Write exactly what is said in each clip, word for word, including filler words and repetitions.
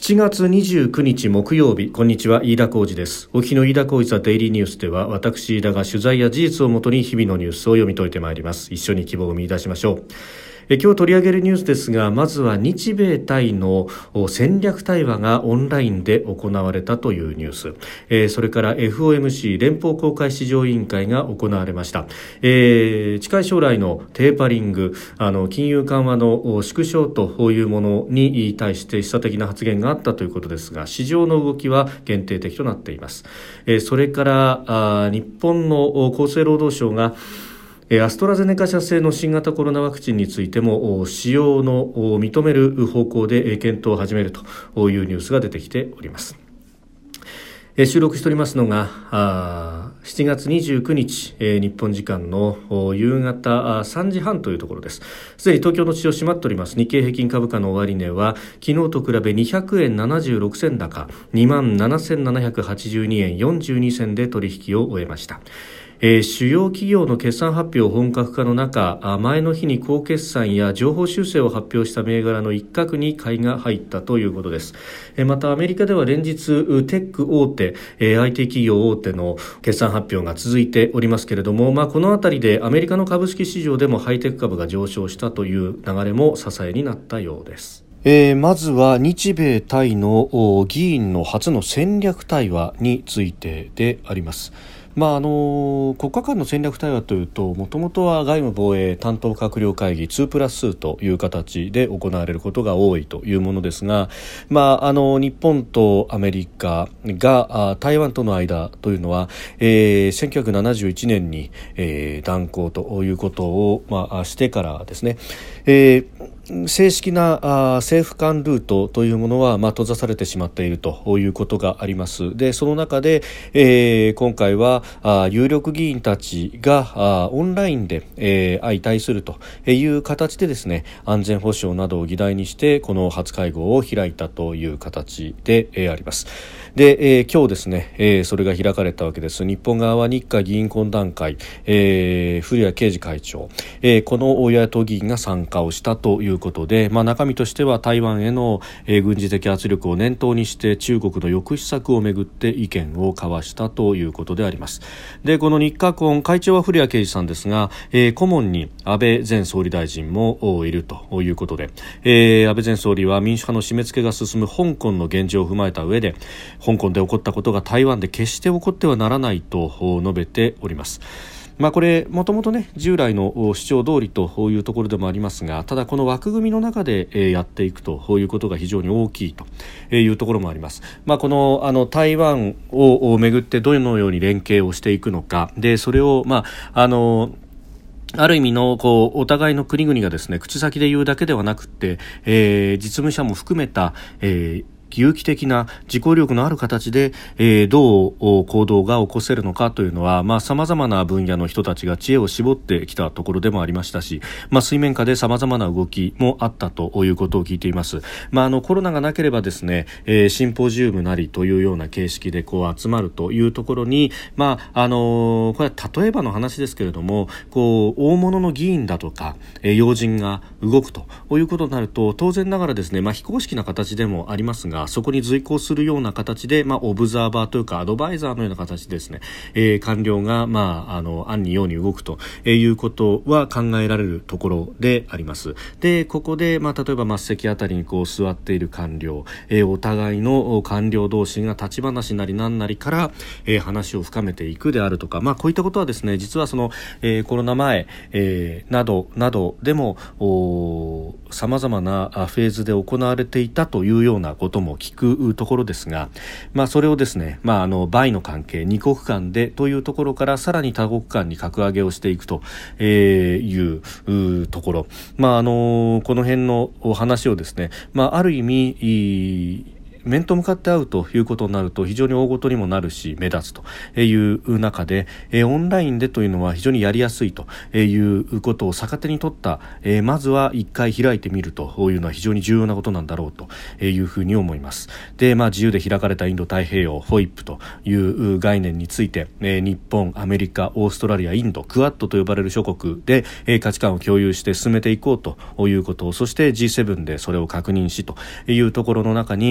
ちがつにじゅうくにち木曜日、こんにちは、飯田浩司です。お日の飯田浩司ザデイリーニュースでは、私飯田が取材や事実をもとに日々のニュースを読み解いてまいります。一緒に希望を見出しましょう。え今日取り上げるニュースですが、まずは日米対の戦略対話がオンラインで行われたというニュース、えー、それから エフオーエムシー 連邦公開市場委員会が行われました。えー、近い将来のテーパリング、あの金融緩和の縮小というものに対して示唆的な発言があったということですが、市場の動きは限定的となっています。えー、それからあ日本の厚生労働省がアストラゼネカ社製の新型コロナワクチンについても使用の認める方向で検討を始めるというニュースが出てきております。収録しておりますのがしちがつにじゅうくにち、日本時間の夕方さんじはんというところです。すでに東京の市場閉まっております。日経平均株価の終値は昨日と比べにひゃくえんななじゅうろくせん高 にまんななせんななひゃくはちじゅうにえんよんじゅうにせんで取引を終えました。えー、主要企業の決算発表本格化の中、前の日に高決算や情報修正を発表した銘柄の一角に買いが入ったということです。えー、またアメリカでは連日テック大手、えー、アイティー 企業大手の決算発表が続いておりますけれども、まあ、このあたりでアメリカの株式市場でもハイテク株が上昇したという流れも支えになったようです。えー、まずは日米対の議員の初の戦略対話についてであります。まあ、あの国家間の戦略対話というと、もともとは外務防衛担当閣僚会議にプラスにという形で行われることが多いというものですが、まあ、あの日本とアメリカが台湾との間というのは、えー、せんきゅうひゃくななじゅういちねんに、えー、断交ということを、まあ、してからですね、えー、正式なあ政府間ルートというものは、まあ、閉ざされてしまっているということがあります。で、その中で、えー、今回はあ有力議員たちがあオンラインで、えー、相対するという形でですね、安全保障などを議題にしてこの初会合を開いたという形で、えー、あります。で、えー、今日ですね、えー、それが開かれたわけです。日本側は日華議員懇談会、えー、古谷啓二会長、えー、この与野党議員が参加をしたということで、まあ、中身としては台湾への、えー、軍事的圧力を念頭にして中国の抑止策をめぐって意見を交わしたということであります。で、この日華懇会長は古谷啓二さんですが、えー、顧問に安倍前総理大臣もいるということで、えー、安倍前総理は民主派の締め付けが進む香港の現状を踏まえた上で、香港で起こったことが台湾で決して起こってはならないと述べております。まあ、これもともとね、従来の主張通りというところでもありますが、ただこの枠組みの中でやっていくということが非常に大きいというところもあります。まあ、このあの台湾をめぐってどのように連携をしていくのかで、それをまああのある意味のこうお互いの国々がですね、口先で言うだけではなくて、えー、実務者も含めた、えー有機的な自己力のある形で、えー、どう行動が起こせるのかというのは、まあ、様々な分野の人たちが知恵を絞ってきたところでもありましたし、まあ、水面下で様々な動きもあったということを聞いています。まあ、あのコロナがなければですね、えー、シンポジウムなりというような形式でこう集まるというところに、まああのー、これは例えばの話ですけれども、こう大物の議員だとか、えー、要人が動くということになると、当然ながらですね、まあ、非公式な形でもありますが、そこに随行するような形で、まあ、オブザーバーというかアドバイザーのような形ですね、えー、官僚が、まあ、あの暗に陽に動くということは考えられるところであります。で、ここで、まあ、例えば末席あたりにこう座っている官僚、えー、お互いの官僚同士が立ち話なりなんなりから、えー、話を深めていくであるとか、まあ、こういったことはですね、実はその、えー、コロナ前、えー、などなどでもさまざまなフェーズで行われていたというようなことも聞くところですが、まあ、それをですね、まあ、あのバイの関係、二国間でというところからさらに多国間に格上げをしていくというところ、まあ、あのこの辺の話をですね、まあ、ある意味面と向かって会うということになると非常に大事にもなるし目立つという中で、えー、オンラインでというのは非常にやりやすいということを逆手に取った、えー、まずは一回開いてみるというのは非常に重要なことなんだろうというふうに思います。で、まあ、自由で開かれたインド太平洋 フォーイップ という概念について、えー、日本、アメリカ、オーストラリア、インド、クアッドと呼ばれる諸国で、えー、価値観を共有して進めていこうということを、そして ジーセブン でそれを確認しというところの中に、まあ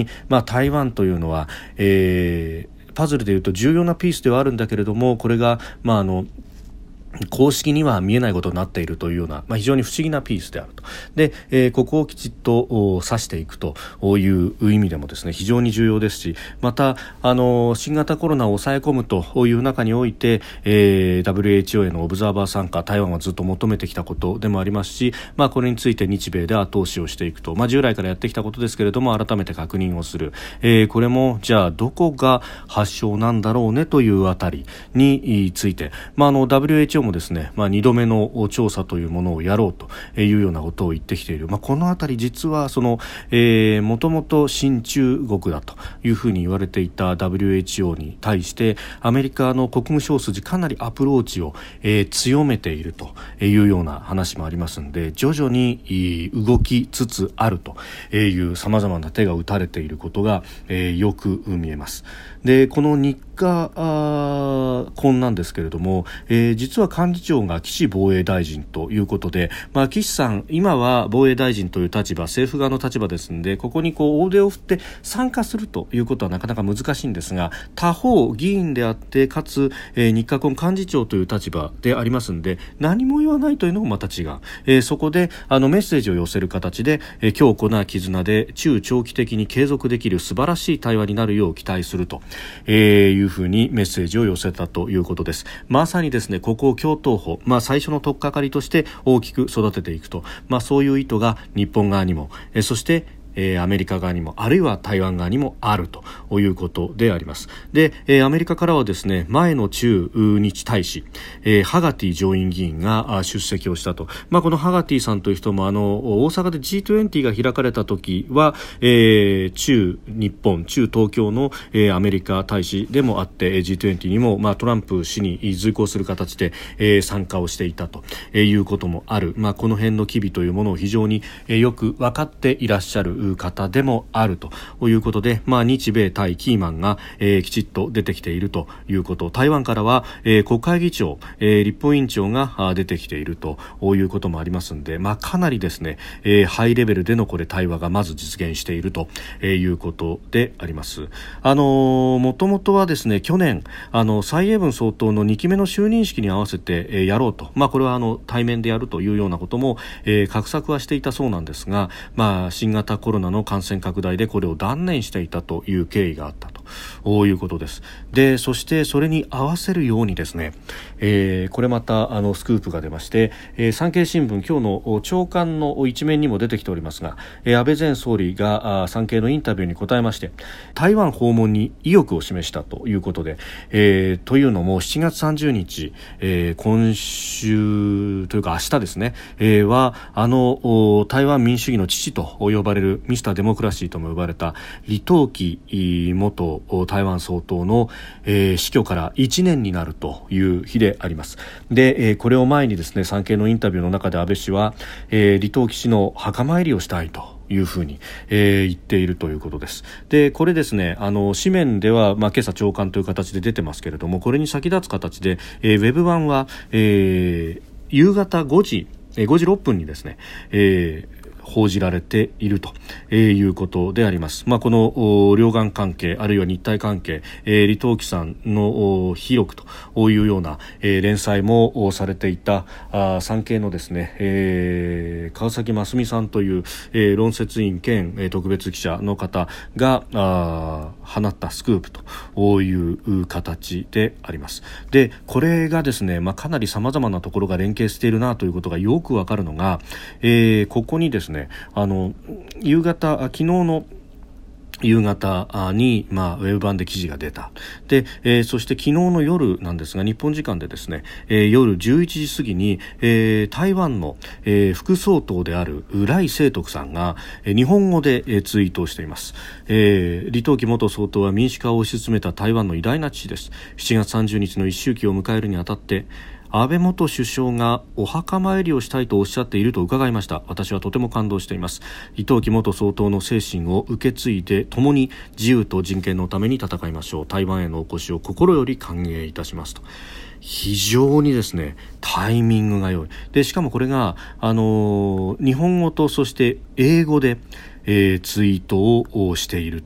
台湾というのは、えー、パズルでいうと重要なピースではあるんだけれども、これが、まあ、あの公式には見えないことになっているというような、まあ、非常に不思議なピースであると。で、えー、ここをきちっと指していくという意味でもですね、非常に重要ですし、またあの新型コロナを抑え込むという中において、えー、ダブリューエイチオー へのオブザーバー参加、台湾はずっと求めてきたことでもありますし、まあ、これについて日米で後押しをしていくと、まあ、従来からやってきたことですけれども改めて確認をする、えー、これもじゃあどこが発祥なんだろうねというあたりについて、まあ、あの ダブリューエイチオー もですね、まあ、にどめの調査というものをやろうというようなことを言ってきている、まあ、このあたり実はその、えー、もともと親中国だというふうに言われていた ダブリューエイチオー に対してアメリカの国務省筋かなりアプローチを、えー、強めているというような話もありますので、徐々に動きつつあるという様々な手が打たれていることが、えー、よく見えます。で、この日韓婚なんですけれども、えー、実は幹事長が岸防衛大臣ということで、まあ、岸さん今は防衛大臣という立場、政府側の立場ですので、ここにこう大手を振って参加するということはなかなか難しいんですが、他方議員であってかつ、えー、日韓婚幹事長という立場でありますので、何も言わないというのもまた違う、えー、そこであのメッセージを寄せる形で、えー、強固な絆で中長期的に継続できる素晴らしい対話になるよう期待すると、えー、いうふうにメッセージを寄せたということです。まさにですね、ここを共闘法、まあ、最初の取っかかりとして大きく育てていくと、まあ、そういう意図が日本側にも、えー、そしてえー、アメリカ側にもあるいは台湾側にもあるということであります。で、えー、アメリカからはですね、前の駐日大使、えー、ハガティ上院議員が出席をしたと。まあ、このハガティさんという人もあの大阪で ジートゥエンティー が開かれた時は、えー、駐日本駐東京の、えー、アメリカ大使でもあって ジートゥエンティー にも、まあ、トランプ氏に随行する形で、えー、参加をしていたということもある、まあ、この辺の機微というものを非常に、えー、よく分かっていらっしゃる方でもあるということで、まあ、日米対キーマンが、えー、きちっと出てきているということ、台湾からは、えー、国会議長、えー、立法委員長が出てきているということもありますので、まあ、かなりですね、えー、ハイレベルでのこれ対話がまず実現しているということであります。あのー、もともとはですね、去年あの蔡英文総統のにきめの就任式に合わせて、えー、やろうと、まあ、これはあの対面でやるというようなことも、えー、画策はしていたそうなんですが、まあ、新型コロナの感染拡大でこれを断念していたという経緯があったということです。で、そしてそれに合わせるようにですね、えー、これまたあのスクープが出まして、えー、産経新聞今日の朝刊の一面にも出てきておりますが、えー、安倍前総理があ産経のインタビューに答えまして、台湾訪問に意欲を示したということで、えー、というのもしちがつさんじゅうにち、えー、今週というか明日ですね、えー、はあの台湾民主主義の父と呼ばれるミスターデモクラシーとも呼ばれた李登輝元台湾総統の、えー、死去からいちねんになるという日であります。で、えー、これを前にですね、産経のインタビューの中で安倍氏は、えー、李登輝氏の墓参りをしたいというふうに、えー、言っているということです。で、これですね、あの紙面では、まあ、今朝朝刊という形で出てますけれども、これに先立つ形で、えー、ウェブ版は、えー、夕方ごじ、えー、ごじろっぷんにですね、えー報じられているということであります。まあ、この両岸関係あるいは日台関係、えー、李登輝さんの広くというような、えー、連載もされていたあ産経のですね、えー、川崎真澄さんという、えー、論説員兼、えー、特別記者の方があ放ったスクープという形であります。で、これがですね、まあ、かなり様々なところが連携しているなということがよくわかるのが、えー、ここにですね、あの夕方昨日の夕方に、まあ、ウェブ版で記事が出た。で、えー、そして昨日の夜なんですが、日本時間でですね、えー、夜じゅういちじ過ぎに、えー、台湾の、えー、副総統である頼清徳さんが、えー、日本語で、えー、ツイートをしています。えー、李登輝元総統は民主化を推し進めた台湾の偉大な父です。しちがつさんじゅうにちの一周忌を迎えるにあたって安倍元首相がお墓参りをしたいとおっしゃっていると伺いました。私はとても感動しています。李登輝元総統の精神を受け継いで共に自由と人権のために戦いましょう。台湾へのお越しを心より歓迎いたしますと。非常にですね、タイミングが良い。で、しかもこれが、あのー、日本語とそして英語で、えー、ツイートをしていると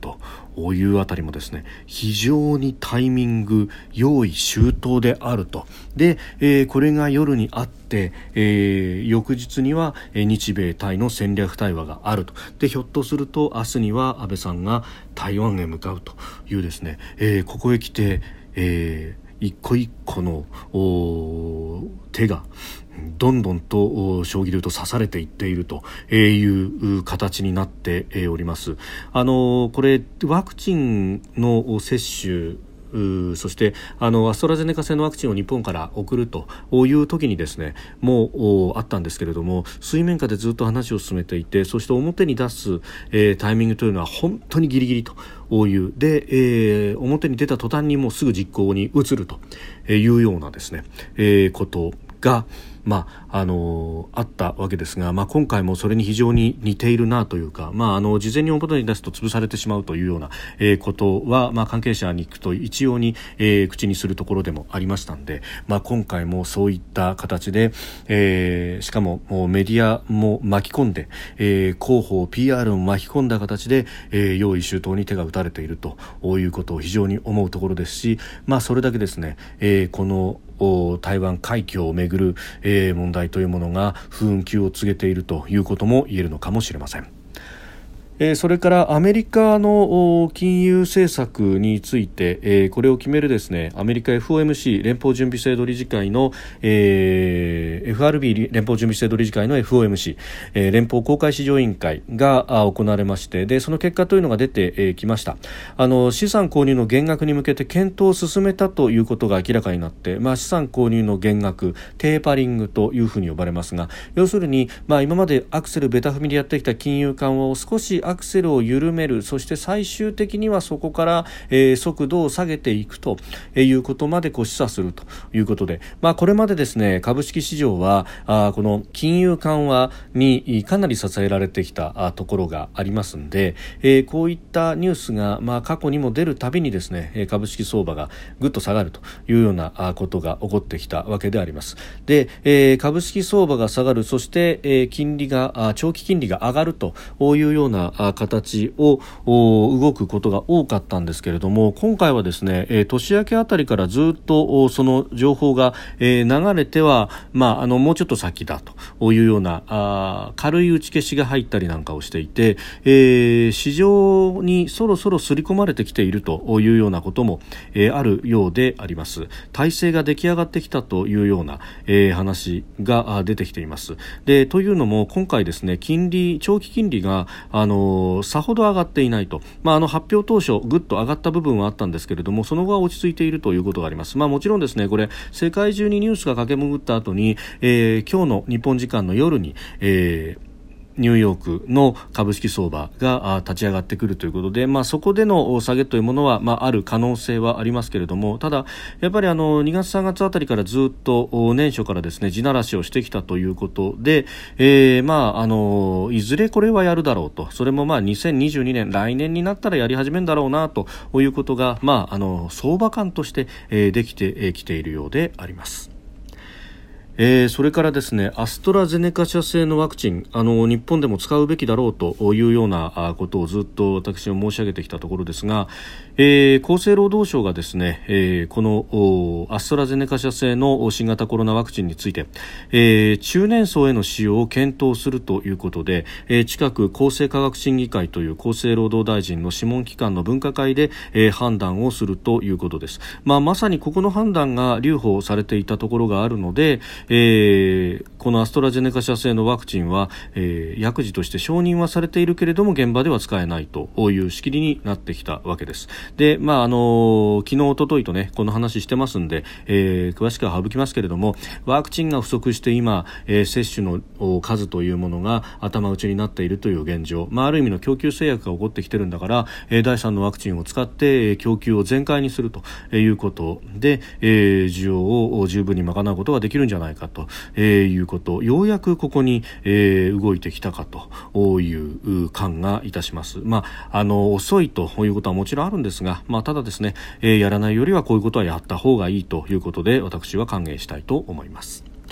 いうあたりもですね、非常にタイミング用意周到であると。で、えー、これが夜にあって、えー、翌日には日米台の戦略対話があると。で、ひょっとすると明日には安倍さんが台湾へ向かうというですね、えー、ここへ来て、えー一個一個の手がどんどんと将棋でいうと指されていっているという形になっております。あのこれワクチンの接種そしてあのアストラゼネカ製のワクチンを日本から送るという時にですね、もうあったんですけれども、水面下でずっと話を進めていて、そして表に出す、えー、タイミングというのは本当にギリギリというで、えー、表に出た途端にもうすぐ実行に移るというようなですね、えー、ことがまああのー、あったわけですが、まあ、今回もそれに非常に似ているなというか、まあ、あの事前に表に出すと潰されてしまうというような、えー、ことは、まあ、関係者に行くと一様に、えー、口にするところでもありましたので、まあ、今回もそういった形で、えー、しかも、もうメディアも巻き込んで、えー、広報 ピーアール も巻き込んだ形で、えー、用意周到に手が打たれているということを非常に思うところですし、まあ、それだけですね、えー、この台湾海峡をめぐる、えー、問題というものが不運休を告げているということも言えるのかもしれません。えー、それからアメリカの金融政策について、えー、これを決めるですね、アメリカ エフオーエムシー 連邦準備制度理事会の、えー、エフアールビー 連邦準備制度理事会の エフオーエムシー、えー、連邦公開市場委員会が行われまして、でその結果というのが出て、えー、きました。あの資産購入の減額に向けて検討を進めたということが明らかになって、まあ、資産購入の減額テーパリングというふうに呼ばれますが、要するに、まあ、今までアクセルベタ踏みでやってきた金融緩和を少しアクセルを緩める、そして最終的にはそこから、えー、速度を下げていくということまでこう示唆するということで、まあ、これまでですね、株式市場はあこの金融緩和にかなり支えられてきたあところがありますので、えー、こういったニュースが、まあ、過去にも出るたびにですね、株式相場がぐっと下がるというようなことが起こってきたわけであります。で、えー、株式相場が下がる、そして、えー、金利が長期金利が上がるというような形を動くことが多かったんですけれども、今回はですね、えー、年明けあたりからずっとその情報が、えー、流れては、まあ、あのもうちょっと先だというようなあ軽い打ち消しが入ったりなんかをしていて、えー、市場にそろそろ刷り込まれてきているというようなことも、えー、あるようであります。体制が出来上がってきたというような、えー、話が出てきています。でというのも今回ですね、金利長期金利があのさほど上がっていないと、まあ、あの発表当初ぐっと上がった部分はあったんですけれども、その後は落ち着いているということがあります。まあ、もちろんですね、これ世界中にニュースが駆け巡った後に、えー、今日の日本時間の夜に、えーニューヨークの株式相場が立ち上がってくるということで、まあ、そこでの下げというものは、まあ、ある可能性はありますけれども、ただやっぱりあのにがつさんがつあたりからずっと年初からですね、地ならしをしてきたということで、えー、まああのいずれこれはやるだろうと、それもまあにせんにじゅうにねん来年になったらやり始めるんだろうなということが、まあ、あの相場感として、えー、できてきているようであります。えー、それからですね、アストラゼネカ社製のワクチン、あの日本でも使うべきだろうというようなことをずっと私も申し上げてきたところですが、えー、厚生労働省がですね、えー、このアストラゼネカ社製の新型コロナワクチンについて、えー、中年層への使用を検討するということで、えー、近く厚生科学審議会という厚生労働大臣の諮問機関の分科会で、えー、判断をするということです。まあ、まさにここの判断が留保されていたところがあるので、えー、このアストラゼネカ社製のワクチンは、えー、薬事として承認はされているけれども現場では使えないという仕切りになってきたわけです。で、まああの昨日おとといとねこの話してますんで、えー、詳しくは省きますけれども、ワクチンが不足して今、えー、接種の数というものが頭打ちになっているという現状、まあ、ある意味の供給制約が起こってきてるんだから、えー、だいさんのワクチンを使って、えー、供給を全開にするということで、えー、需要を十分に賄うことができるんじゃないかと、えー、いうこと、ようやくここに、えー、動いてきたかという感がいたします。まあ、あの遅いということはもちろんあるんですが、まあ、ただですね、えー、やらないよりはこういうことはやった方がいいということで私は歓迎したいと思います。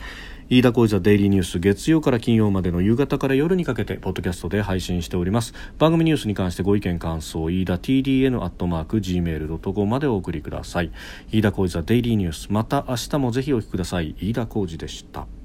飯田浩司ザデイリーニュース、月曜から金曜までの夕方から夜にかけてポッドキャストで配信しております。番組ニュースに関してご意見感想、飯田 ティーディーエヌ アットマーク ジーメール ドットコム までお送りください。飯田浩司ザデイリーニュース、また明日もぜひお聞きください。飯田浩司でした。